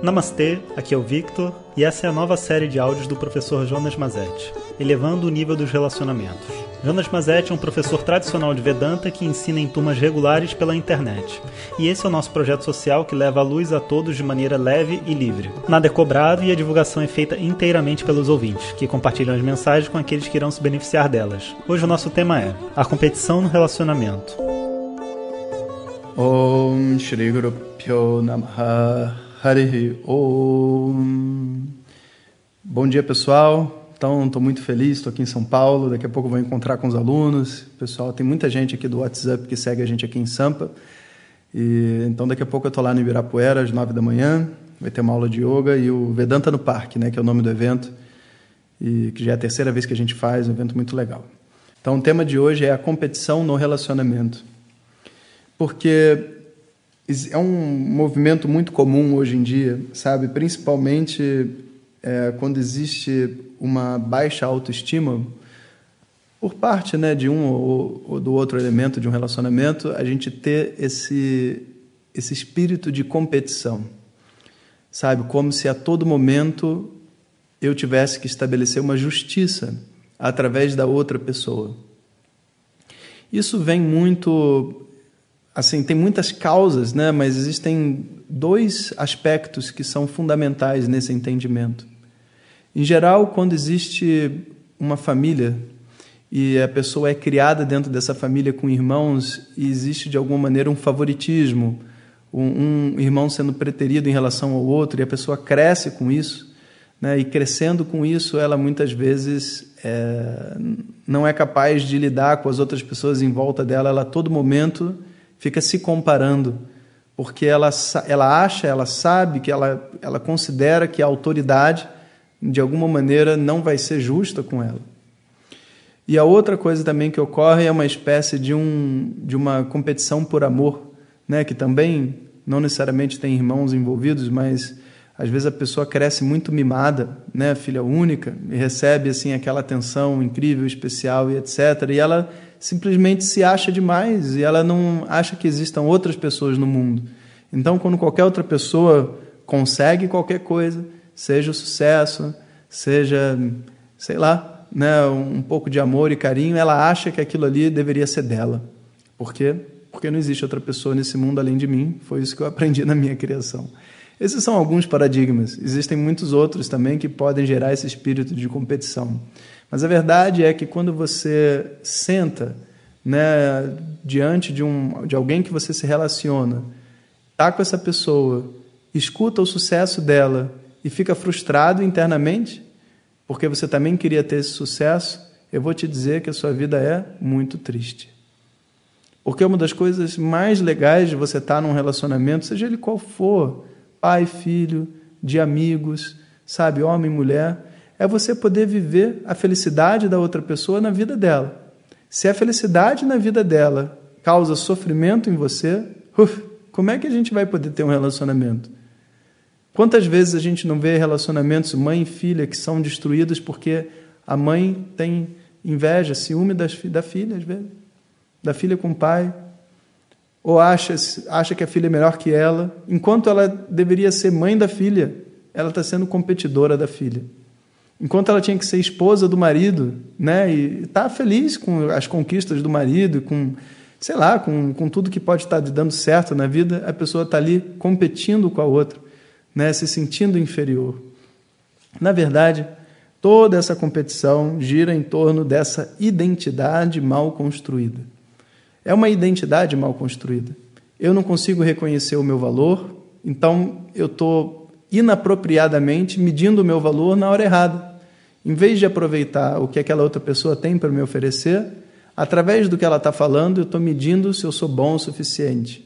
Namastê, aqui é o Victor e essa é a nova série de áudios do professor Jonas Mazetti, elevando o nível dos relacionamentos. Jonas Mazetti é um professor tradicional de Vedanta que ensina em turmas regulares pela internet. E esse é o nosso projeto social que leva a luz a todos de maneira leve e livre. Nada é cobrado e a divulgação é feita inteiramente pelos ouvintes, que compartilham as mensagens com aqueles que irão se beneficiar delas. Hoje o nosso tema é a competição no relacionamento. Om Shri Guru Pyo Namaha Harihi Om. Bom dia, pessoal. Então, estou muito feliz, estou aqui em São Paulo, daqui a pouco vou encontrar com os alunos. Pessoal, tem muita gente aqui do WhatsApp que segue a gente aqui em Sampa. Então, daqui a pouco eu estou lá no Ibirapuera, às 9 da manhã, vai ter uma aula de yoga e o Vedanta no Parque, né, que é o nome do evento, e que já é a terceira vez que a gente faz, um evento muito legal. Então, o tema de hoje é a competição no relacionamento. Porque é um movimento muito comum hoje em dia, sabe? Principalmente quando existe uma baixa autoestima por parte, né, de um ou do outro elemento de um relacionamento, a gente ter esse espírito de competição, sabe? Como se a todo momento eu tivesse que estabelecer uma justiça através da outra pessoa. Isso vem muito... Assim, tem muitas causas, né? Mas existem dois aspectos que são fundamentais nesse entendimento. Em geral, quando existe uma família e a pessoa é criada dentro dessa família com irmãos e existe de alguma maneira um favoritismo, um irmão sendo preterido em relação ao outro e a pessoa cresce com isso, né? E crescendo com isso, ela muitas vezes não é capaz de lidar com as outras pessoas em volta dela, ela a todo momento fica se comparando, porque ela acha, ela sabe, que ela considera que a autoridade, de alguma maneira, não vai ser justa com ela. E a outra coisa também que ocorre é uma espécie de uma competição por amor, né? Que também não necessariamente tem irmãos envolvidos, mas às vezes a pessoa cresce muito mimada, né? Filha única, e recebe assim, aquela atenção incrível, especial e etc. E ela simplesmente se acha demais e ela não acha que existam outras pessoas no mundo. Então, quando qualquer outra pessoa consegue qualquer coisa, seja o sucesso, seja, sei lá, né, um pouco de amor e carinho, ela acha que aquilo ali deveria ser dela. Por quê? Porque não existe outra pessoa nesse mundo além de mim. Foi isso que eu aprendi na minha criação. Esses são alguns paradigmas. Existem muitos outros também que podem gerar esse espírito de competição. Mas a verdade é que quando você senta, né, diante de alguém que você se relaciona, está com essa pessoa, escuta o sucesso dela e fica frustrado internamente, porque você também queria ter esse sucesso, eu vou te dizer que a sua vida é muito triste. Porque uma das coisas mais legais de você estar num relacionamento, seja ele qual for, pai, filho, de amigos, sabe, homem, mulher, é você poder viver a felicidade da outra pessoa na vida dela. Se a felicidade na vida dela causa sofrimento em você, como é que a gente vai poder ter um relacionamento? Quantas vezes a gente não vê relacionamentos mãe e filha que são destruídos porque a mãe tem inveja, ciúme da filha, às vezes, da filha com o pai, ou acha que a filha é melhor que ela, enquanto ela deveria ser mãe da filha, ela está sendo competidora da filha. Enquanto ela tinha que ser esposa do marido, né, e está feliz com as conquistas do marido, com, sei lá, com tudo que pode estar dando certo na vida, a pessoa está ali competindo com a outra, né, se sentindo inferior. Na verdade, toda essa competição gira em torno dessa identidade mal construída. É uma identidade mal construída. Eu não consigo reconhecer o meu valor, então eu estou inapropriadamente medindo o meu valor na hora errada. Em vez de aproveitar o que aquela outra pessoa tem para me oferecer, através do que ela está falando, eu estou medindo se eu sou bom o suficiente.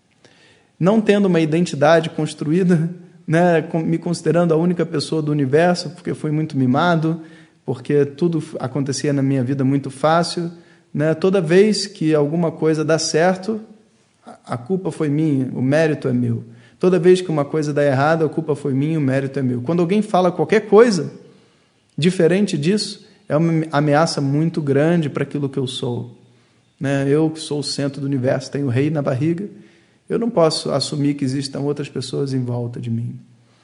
Não tendo uma identidade construída, né, me considerando a única pessoa do universo, porque fui muito mimado, porque tudo acontecia na minha vida muito fácil, né, toda vez que alguma coisa dá certo, a culpa foi minha, o mérito é meu. Toda vez que uma coisa dá errado, a culpa foi minha, o mérito é meu. Quando alguém fala qualquer coisa diferente disso, é uma ameaça muito grande para aquilo que eu sou. Né? Eu que sou o centro do universo, tenho o rei na barriga, eu não posso assumir que existam outras pessoas em volta de mim.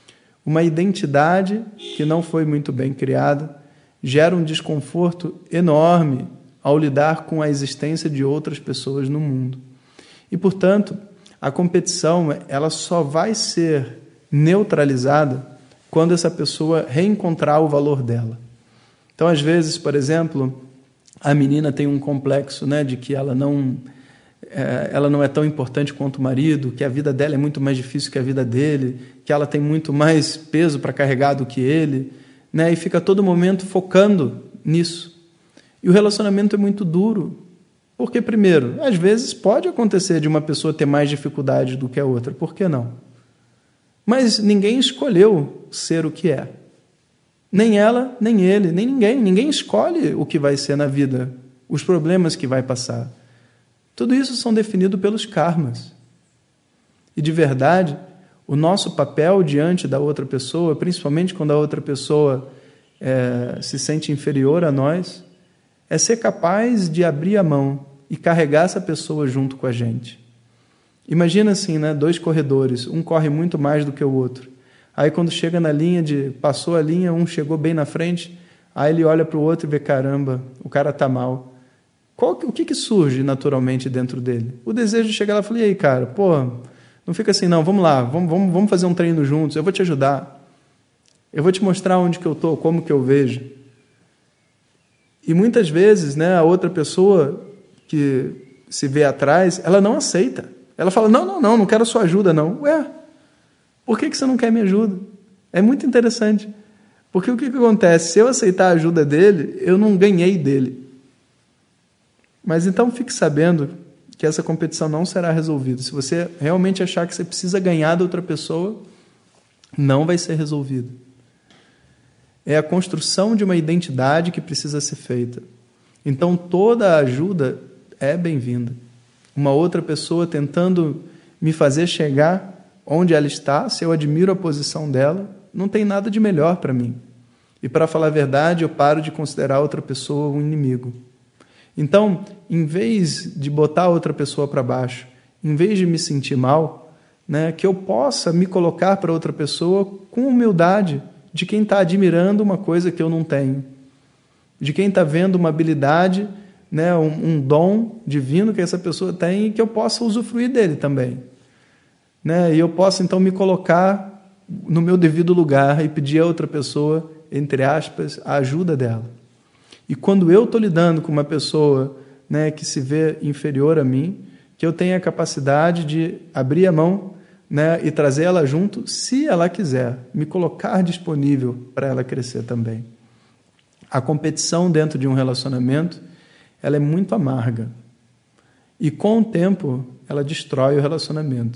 Uma identidade que não foi muito bem criada gera um desconforto enorme ao lidar com a existência de outras pessoas no mundo. E, portanto, a competição ela só vai ser neutralizada quando essa pessoa reencontrar o valor dela. Então, às vezes, por exemplo, a menina tem um complexo, né, de que ela não é tão importante quanto o marido, que a vida dela é muito mais difícil que a vida dele, que ela tem muito mais peso para carregar do que ele, né, e fica a todo momento focando nisso. E o relacionamento é muito duro, porque, primeiro, às vezes pode acontecer de uma pessoa ter mais dificuldade do que a outra, por que não? Mas ninguém escolheu ser o que é. Nem ela, nem ele, nem ninguém. Ninguém escolhe o que vai ser na vida, os problemas que vai passar. Tudo isso são definidos pelos karmas. E, de verdade, o nosso papel diante da outra pessoa, principalmente quando a outra pessoa se sente inferior a nós, é ser capaz de abrir a mão e carregar essa pessoa junto com a gente. Imagina assim, né? 2 corredores, um corre muito mais do que o outro. Aí quando chega na linha passou a linha, um chegou bem na frente, aí ele olha para o outro e vê, caramba, o cara está mal. O que surge naturalmente dentro dele? O desejo de chegar lá e falar, e aí, cara, pô, não fica assim não, vamos lá, vamos fazer um treino juntos, eu vou te ajudar. Eu vou te mostrar onde que eu estou, como que eu vejo. E muitas vezes, né, a outra pessoa que se vê atrás, ela não aceita. Ela fala, não quero a sua ajuda, não. Ué, por que você não quer minha ajuda? É muito interessante. Porque o que acontece? Se eu aceitar a ajuda dele, eu não ganhei dele. Mas então fique sabendo que essa competição não será resolvida. Se você realmente achar que você precisa ganhar da outra pessoa, não vai ser resolvida. É a construção de uma identidade que precisa ser feita. Então toda ajuda é bem-vinda. Uma outra pessoa tentando me fazer chegar onde ela está, se eu admiro a posição dela, não tem nada de melhor para mim. E para falar a verdade, eu paro de considerar outra pessoa um inimigo. Então, em vez de botar outra pessoa para baixo, em vez de me sentir mal, né, que eu possa me colocar para outra pessoa com humildade de quem está admirando uma coisa que eu não tenho, de quem está vendo uma habilidade, né, um dom divino que essa pessoa tem e que eu possa usufruir dele também. Né? E eu posso, então, me colocar no meu devido lugar e pedir a outra pessoa, entre aspas, a ajuda dela. E quando eu estou lidando com uma pessoa, né, que se vê inferior a mim, que eu tenha a capacidade de abrir a mão, né, e trazer ela junto, se ela quiser, me colocar disponível para ela crescer também. A competição dentro de um relacionamento, ela é muito amarga. E com o tempo, ela destrói o relacionamento.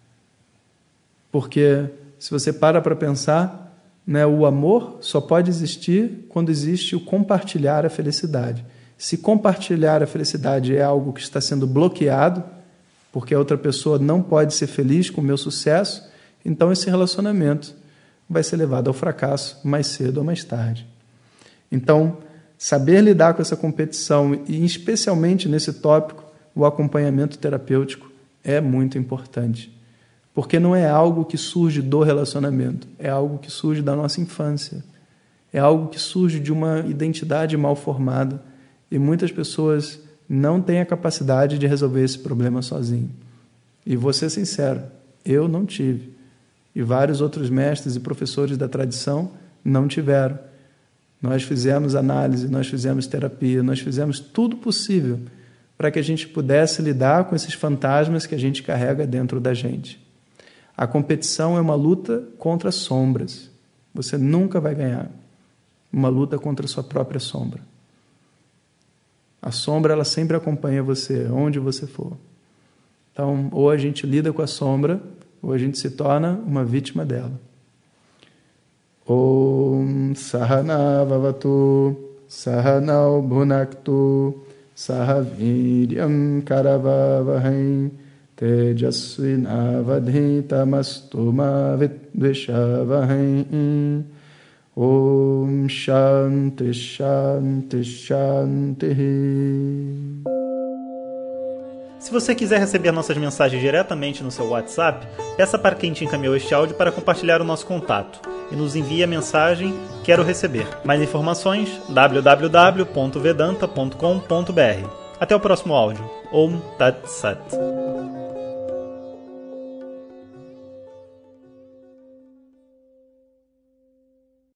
Porque se você para pensar, né, o amor só pode existir quando existe o compartilhar a felicidade. Se compartilhar a felicidade é algo que está sendo bloqueado, porque a outra pessoa não pode ser feliz com o meu sucesso, então esse relacionamento vai ser levado ao fracasso mais cedo ou mais tarde. Então, saber lidar com essa competição, e especialmente nesse tópico, o acompanhamento terapêutico, é muito importante. Porque não é algo que surge do relacionamento, é algo que surge da nossa infância, é algo que surge de uma identidade mal formada, e muitas pessoas não têm a capacidade de resolver esse problema sozinho. E vou ser sincero, eu não tive, e vários outros mestres e professores da tradição não tiveram. Nós fizemos análise, nós fizemos terapia, nós fizemos tudo possível para que a gente pudesse lidar com esses fantasmas que a gente carrega dentro da gente. A competição é uma luta contra sombras. Você nunca vai ganhar. Uma luta contra a sua própria sombra. A sombra, ela sempre acompanha você, onde você for. Então, ou a gente lida com a sombra, ou a gente se torna uma vítima dela. Om Sahana Vavatu Sahanau Bhunaktu Sahaviryam Karavavahai Tejasvinavadhitamastu ma vidvishavahai. Om Shanti Shanti Shanti. Se você quiser receber nossas mensagens diretamente no seu WhatsApp, peça para quem te encaminhou este áudio para compartilhar o nosso contato. e nos envie a mensagem "Quero receber". Mais informações www.vedanta.com.br. Até o próximo áudio. Om Tat Sat.